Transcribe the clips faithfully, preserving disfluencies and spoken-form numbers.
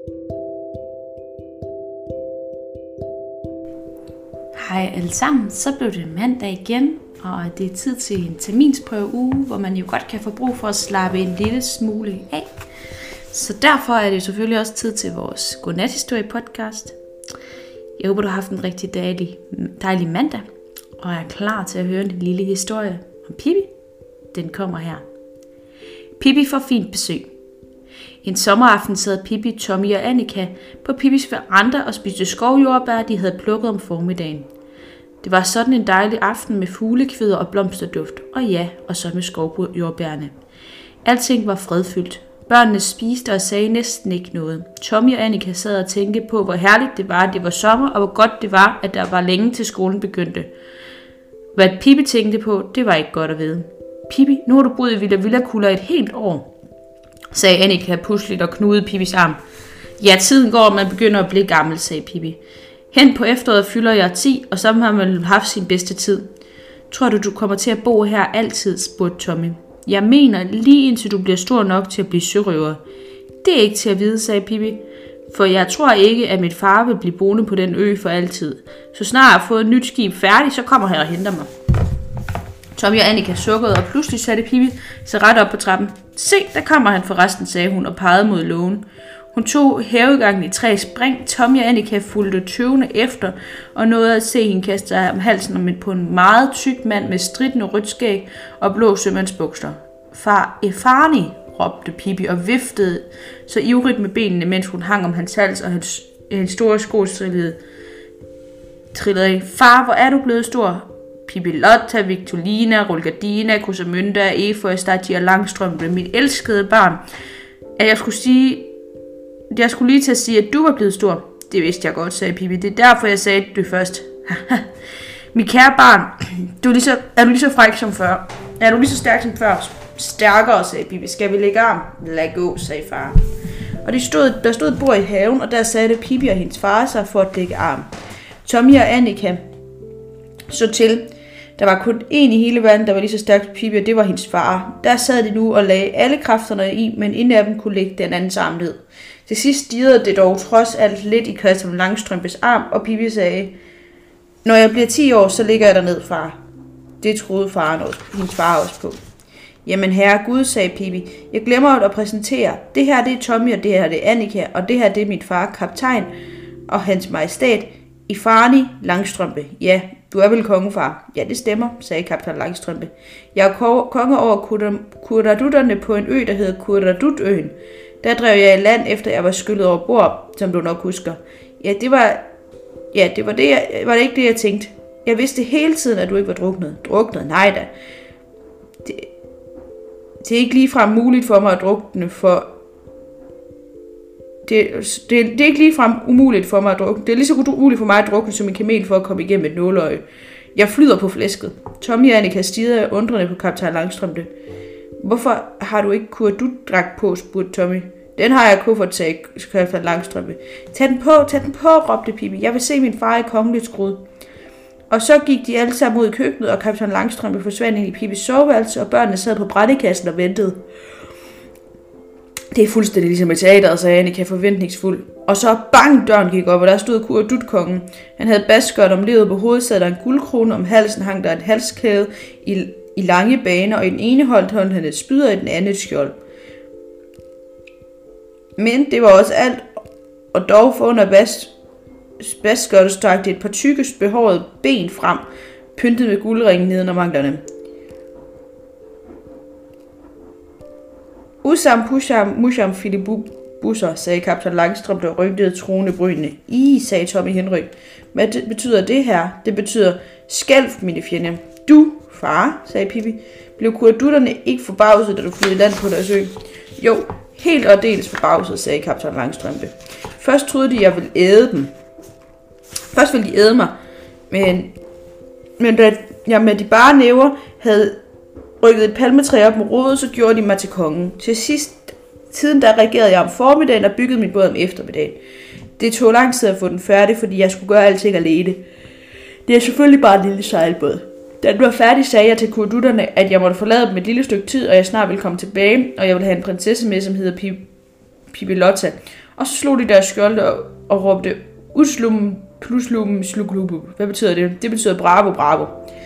Hej alle sammen, så blev det mandag igen, og det er tid til en terminsprøveuge, hvor man jo godt kan få brug for at slappe en lille smule af. Så derfor er det jo selvfølgelig også tid til vores godnathistorie podcast. Jeg håber, du har haft en rigtig dejlig, dejlig mandag, og er klar til at høre en lille historie om Pippi. Den kommer her. Pippi får fint besøg. En sommeraften sad Pippi, Tommy og Annika på Pippis veranda og spiste skovjordbær, de havde plukket om formiddagen. Det var sådan en dejlig aften med fuglekvidder og blomsterduft, og ja, og så med skovjordbærne. Alting var fredfyldt. Børnene spiste og sagde næsten ikke noget. Tommy og Annika sad og tænkte på, hvor herligt det var, at det var sommer, og hvor godt det var, at der var længe til skolen begyndte. Hvad Pippi tænkte på, det var ikke godt at vide. Pippi, nu har du boet i Villa Villakulla et helt år, sagde Annika pusligt og knudede Pippis arm. Ja, tiden går, og man begynder at blive gammel, sagde Pippi. Hen på efteråret fylder jeg ti, og så har man haft sin bedste tid. Tror du, du kommer til at bo her altid, spurgte Tommy. Jeg mener, lige indtil du bliver stor nok til at blive sørøver. Det er ikke til at vide, sagde Pippi. For jeg tror ikke, at mit far vil blive boende på den ø for altid. Så snart jeg har fået et nyt skib færdigt, så kommer han og henter mig. Tommy og Annika sukkede, og pludselig satte Pippi sig ret op på trappen. Se, der kommer han forresten, sagde hun og pegede mod lågen. Hun tog hævegangen i tre spring. Tommy og Annika fulgte tøvende efter, og nåede at se hende kaste sig om halsen på en meget tyk mand med stridende rødt skæg og blå sømandsbukser. Far Efani, råbte Pippi og viftede så ivrigt med benene, mens hun hang om hans hals, og hans, hans store sko trillede, trillede af. Far, hvor er du blevet stor? Pippi Lotta, Victorina, Rulgardina, Kusamynda, Efeu, Stadji og Langstrømpe, mit elskede barn. At jeg skulle sige, jeg skulle lige til at sige, at du var blevet stor. Det vidste jeg godt, sagde Pippi. Det er derfor, jeg sagde det først. Mit kære barn, du er, lige så, er du lige så fræk som før? Er du lige så stærk som før? Stærkere, sagde Pippi. Skal vi lægge arm? Lad gå, sagde far. Og de stod, der stod et bord i haven, og der satte Pippi og hendes far sig for at lægge arm. Tommy og Annika så til. Der var kun en i hele verden, der var lige så stærk som Pippi, og det var hendes far. Der sad de nu og lagde alle kræfterne i, men ingen af dem kunne lægge den andens arm ned. Til sidst stirrede det dog trods alt lidt i Christian Langstrømpes arm, og Pippi sagde, når jeg bliver ti år, så ligger jeg der ned, far. Det troede faren også, hendes far også på. Jamen herre Gud, sagde Pippi, jeg glemmer at præsentere. Det her det er Tommy, og det her det er Annika, og det her det er mit far, kaptajn, og hans majestæt, Efani Langstrømpe. Ja, du er vel kongefar? Ja, det stemmer, sagde kaptajn Langstrømpe. Jeg er konge over Kurradutterne på en ø, der hedder Kurradutøen. Der drev jeg i land, efter jeg var skyllet over bord, som du nok husker. Ja, det var, ja, det var, det, jeg, var det ikke det, jeg tænkte. Jeg vidste hele tiden, at du ikke var druknet. Druknet? Nej da. Det, det er ikke ligefrem muligt for mig at drukne, for... Det, det, det er ikke ligefrem umuligt for mig at drukne. Det er lige så umuligt for mig at drukne, som en kamel for at komme igennem et nåleøje. Jeg flyder på flæsket. Tommy og Annika stirrede undrende på kaptajn Langstrømpe. Hvorfor har du ikke kurradut-dragt på, spurgte Tommy. Den har jeg kuffert, sagde kaptajn Langstrømpe. Tag den på, tag den på, råbte Pippi. Jeg vil se min far i kongeligt skrud. Og så gik de alle sammen ud i køkkenet, og kaptajn Langstrømpe forsvandt ind i Pippis soveværelse, og børnene sad på brændekassen og ventede. Det er fuldstændig ligesom i teateret, sagde Annika forventningsfuld. Og så bang, døren gik op, og der stod kurradut-kongen. Han havde basskørt om livet på hovedet, sad der en guldkrone, om halsen hang der en halskæde i, i lange baner, og i den ene holdt holdt han et spyd, og i den anden et skjold. Men det var også alt, og dog for under bas, basskørtet strakte et par tykkest behårede ben frem, pyntet med guldringen neden om manglerne. Usam pusham musham filibusser, sagde kaptajn Langstrømpe og rynkede troende brynene. I, sagde Tommy Henryk. Hvad det betyder det her? Det betyder skælv, mine fjende. Du, far, sagde Pippi. Blev kurradutterne ikke forbavset, da du flød i land på deres ø? Jo, helt og dels forbavset, sagde kaptajn Langstrømpe. Først troede de, jeg ville æde dem. Først ville de æde mig, men, men da jeg med de bare næver havde rykket et palmetræ op med rodet, så gjorde de mig til kongen. Til sidst, tiden der regerede jeg om formiddagen og byggede min båd om eftermiddagen. Det tog lang tid at få den færdig, fordi jeg skulle gøre alting alene. Det er selvfølgelig bare en lille sejlbåd. Da den var færdig, sagde jeg til kurdutterne, at jeg måtte forlade dem et lille stykke tid, og jeg snart ville komme tilbage, og jeg ville have en prinsesse med, som hedder Pippi Lotta. Og så slog de deres skjolde og, og råbte uslum, pluslum, sluklubu. Hvad betyder det? Det betyder bravo, bravo.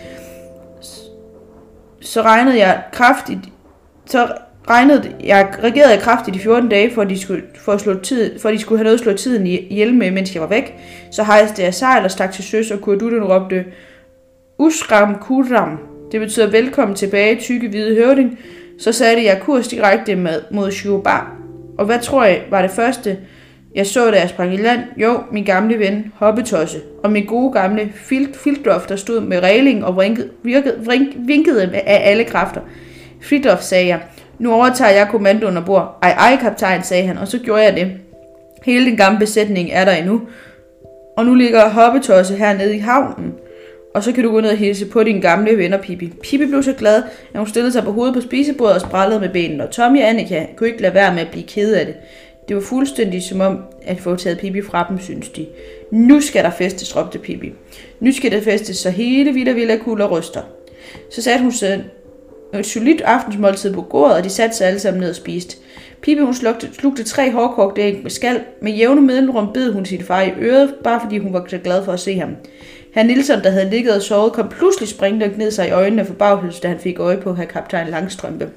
Så regnede jeg kraftigt, så regnede jeg, regerede jeg kraftigt i fjorten dage, for at de skulle, for at slå tid, for at de skulle have noget at slå tiden ihjel med, mens jeg var væk. Så hejste jeg sejl og stak til søs, og Kurdutten råbte Uskram Kuram. Det betyder velkommen tilbage, tykke hvide høvding. Så satte jeg kurs direkte med, mod Shubar. Og hvad tror jeg var det første, jeg så, da jeg sprang i land? Jo, min gamle ven, Hoppetosse, og min gode gamle Fildorf, der stod med regling og vrinkede, virkede, vrink, vinkede af alle kræfter. Fildorf, sagde jeg, nu overtager jeg kommandoen ombord. Ej, ej, kaptajn, sagde han, og så gjorde jeg det. Hele den gamle besætning er der endnu. Og nu ligger Hoppetosse hernede i havnen. Og så kan du gå ned og hilse på dine gamle venner, Pippi. Pippi blev så glad, at hun stillede sig på hovedet på spisebordet og sprællede med benene. Og Tommy og Annika kunne ikke lade være med at blive kede af det. Det var fuldstændig som om at få taget Pippi fra dem, synes de. Nu skal der festes, råbte Pippi. Nu skal der festes, så hele Villa Villa Kuller ryster. Så satte hun sig et solidt aftensmåltid på bordet, og de satte sig alle sammen ned og spiste. Pippi, hun slugte, slugte tre hårdkogte æg med skal. Med jævne mellemrum bed hun sin far i øret, bare fordi hun var så glad for at se ham. Herr Nilsson, der havde ligget og sovet, kom pludselig springende og gned sig i øjnene af forbavselse, da han fik øje på herr kaptajn Langstrømpe.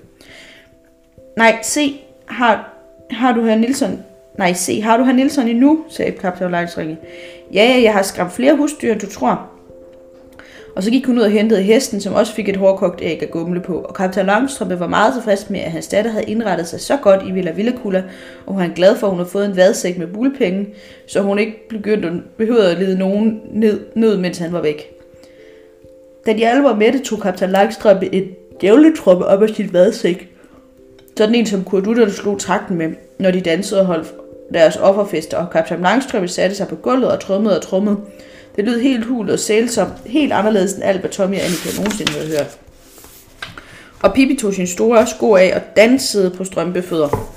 Nej, se, har, har du herr Nilsson... Nej, se, har du herr Nilsson endnu, sagde kaptajn Langstrømpe. Ja, ja, jeg har skræmt flere husdyr, end du tror. Og så gik hun ud og hentede hesten, som også fik et hårdkogt æg at gumle på. Og kaptajn Langstrømpe var meget tilfreds med, at hans datter havde indrettet sig så godt i Villa Villa Kuller, og hun var glad for, at hun havde fået en vadsæk med bulepenge, så hun ikke begyndte behøvede at lide nogen ned, nød, mens han var væk. Da de alle var mætte, tog kaptajn Langstrømpe et djævletruppe op af sit vadsæk. Sådan en, som kurdutterne slog takten med, når de dansede og holdt deres offerfester, og kaptajn Langstrømpe satte sig på gulvet og trummede og trummede. Det lød helt hult og sælsomt, helt anderledes end alt, hvad Tommy og Annika nogensinde havde hørt. Og Pippi tog sin store sko af og dansede på strømpefødder.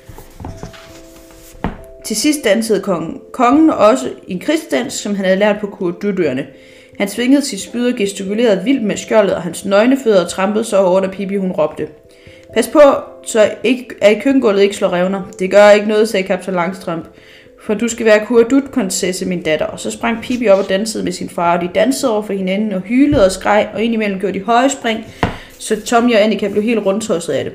Til sidst dansede kongen. Kongen også en krigsdans, som han havde lært på kurdutterne. Han svingede sit spyd og gestikulerede vildt med skjoldet, og hans nøgne fødder trampede så hårdt, at Pippi hun råbte. Pas på, så ikke, at i køkkengulvet ikke slår revner. Det gør ikke noget, sagde kaptajn Langstrømpe. For du skal være kurdut-prinsesse, min datter. Og så sprang Pippi op og dansede med sin far, og de dansede over for hinanden og hylede og skreg, og indimellem gjorde de høje spring, så Tommy og Annika blev helt rundtosset af det.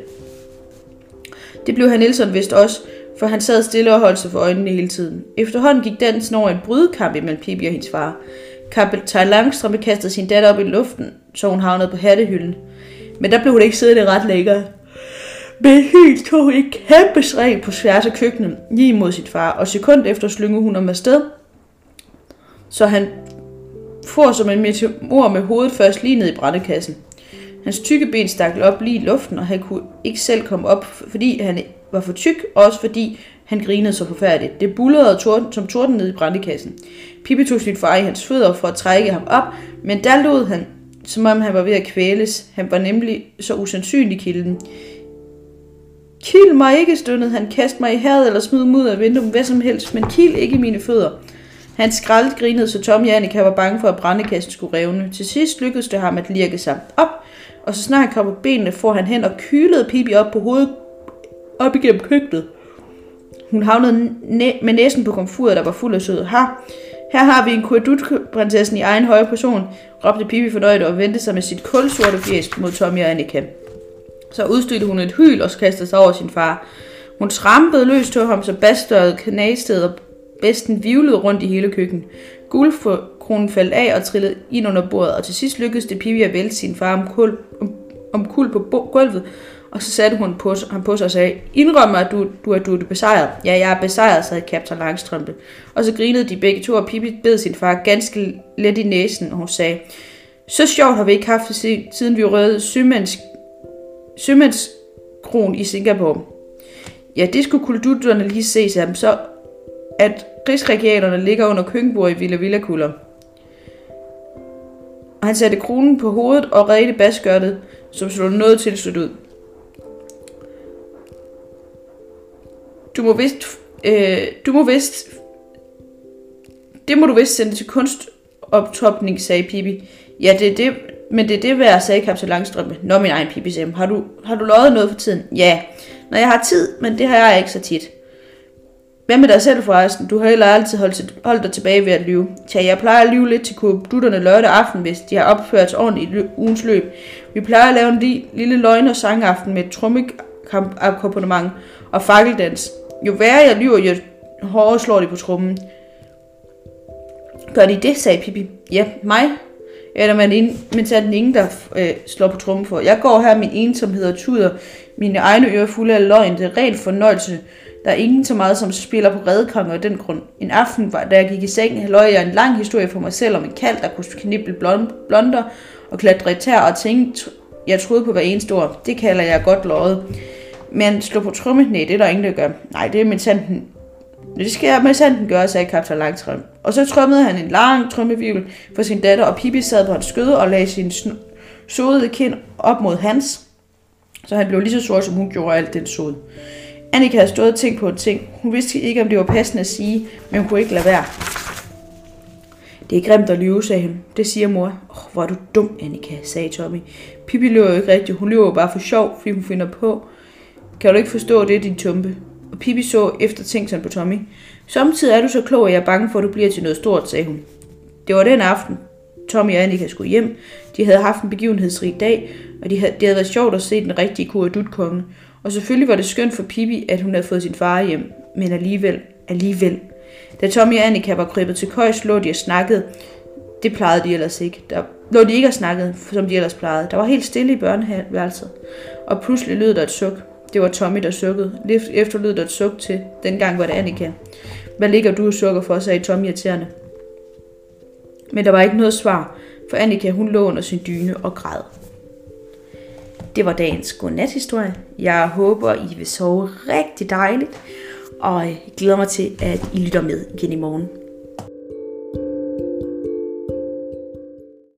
Det blev herr Nilsson vist også, for han sad stille og holdt sig for øjnene hele tiden. Efterhånden gik dansen over en brydekamp imellem Pippi og hendes far. Kaptajn Langstrømpe kastede sin datter op i luften, så hun havnede på hattehylden. Men der blev hun ikke siddende ret længere. Med hyl tog hun et kæmpe slag på tværs af køkkenet, lige mod sit far, og sekund efter slyngede hun om afsted, så han for som en meteor med hovedet først lige ned i brændekassen. Hans tykke ben stak op lige i luften, og han kunne ikke selv komme op, fordi han var for tyk, og også fordi han grinede så forfærdeligt. Det bullede torden, som torden ned i brændekassen. Pippi tog sin far i hans fødder for at trække ham op, men der lod han, som om han var ved at kvæles. Han var nemlig så usandsynlig kilden. Kil mig ikke, stønnede han. Kast mig i havet eller smid mig ud af vinduet, hvad som helst, men kil ikke mine fødder. Han skraldt grinede, så Tommy og Annika var bange for, at brændekassen skulle revne. Til sidst lykkedes det ham at lirke sig op, og så snart han kom på benene, får han hen og kylede Pippi op på hovedet, op igennem køkkenet. Hun havnede næ- med næsen på komfuret, der var fuld af sød. Her, her har vi en kurdut-prinsessen i egen høje person, råbte Pippi fornøjet og vendte sig med sit kulsorte fjes mod Tommy og Annika. Så udstødte hun et hyl og kastede sig over sin far. Hun trampede løs til ham, så basstøjet knastede og besten vivlede rundt i hele køkkenet. Guldkronen faldt af og trillede ind under bordet, og til sidst lykkedes det Pippi at vælte sin far om kul, om, om kul på gulvet, og så satte hun på, ham på sig og sagde, indrøm mig, at du, du, er, du er besejret. Ja, jeg er besejret, sagde kaptajn Langstrømpe. Og så grinede de begge to, og Pippi bed sin far ganske let i næsen, og hun sagde, så sjovt har vi ikke haft det, siden vi røde sømands sømandskron i Singapore. Ja, det skulle kurdutterne lige se sig, så at rigsregialerne ligger under køkkenbordet i Villa Villa Kuller. Og han satte kronen på hovedet og redte basskørtet, som slog noget tilslut ud. Du må vist, øh, du må vist, det må du vist sende til kunstoptopning, sagde Pippi. Ja, det er det, men det er det værd, sagde kaptajn Langstrømpe. Nå, min egen Pippi, sagde har du, har du løjet noget for tiden? Ja, når jeg har tid, men det har jeg ikke så tit. Hvad med dig selv forresten? Du har heller altid holdt, holdt dig tilbage ved at lyve. Tja, jeg plejer at lyve lidt til kurdutterne lørdag aften, hvis de har opført sig ordentligt i ugens løb. Vi plejer at lave en li- lille løgn- og sangaften med trommeakkompagnement og fakkeldans. Jo værre jeg lyver, jo hårdere slår de på trommen. Gør de det, sagde Pippi. Ja, mig. Eller man men er den ingen, der øh, slår på trommen for. Jeg går her min ensomhed og tuder mine egne ører fulde af løgn. Det er rent fornøjelse. Der er ingen så meget, som spiller på redekonger af den grund. En aften, da jeg gik i sengen, løj jeg en lang historie for mig selv om en kalv, der kunne knible blonder og klatre i tær og tænkte, jeg troede på hver eneste ord. Det kalder jeg godt løjet. Men slå på tromme? Nej, det er der ingen, der gør. Nej, det er med sanden. Det skal jeg med sanden gøre, sagde kaptajn Langtrøm. Og så trømmede han en lang trommevirvel for sin datter, og Pippi sad på hans skøde og lagde sin sodede kind op mod hans, så han blev lige så sort, som hun gjorde alt den sod. Annika havde stået og tænkt på en ting. Hun vidste ikke, om det var passende at sige, men hun kunne ikke lade være. Det er grimt at lyve, sagde hun. Det siger mor. Åh, oh, hvor er du dum, Annika, sagde Tommy. Pippi løber jo ikke rigtigt. Hun løber bare for sjov, fordi hun finder på. Kan du ikke forstå det, din tumpe? Og Pippi så eftertænksomt på Tommy. Samtidig er du så klog, at jeg er bange for, at du bliver til noget stort, sagde hun. Det var den aften, Tommy og Annika skulle hjem. De havde haft en begivenhedsrig dag, og de havde, det havde været sjovt at se den rigtige kurredutkonge. Og selvfølgelig var det skønt for Pippi, at hun havde fået sin far hjem. Men alligevel, alligevel. Da Tommy og Annika var krybet til køjs, lå de og snakkede. Det plejede de ellers ikke. Der lå de ikke og snakkede, som de ellers plejede. Der var helt stille i børneværelset. Og pludselig lød der et suk. Det var Tommy, der sukkede. Lidt efter lød der et suk til. Dengang var det Annika. Hvad ligger du og sukker for, sagde Tommy irriterende. Men der var ikke noget svar, for Annika hun lå under sin dyne og græd. Det var dagens godnathistorie. Jeg håber, I vil sove rigtig dejligt, og jeg glæder mig til, at I lytter med igen i morgen.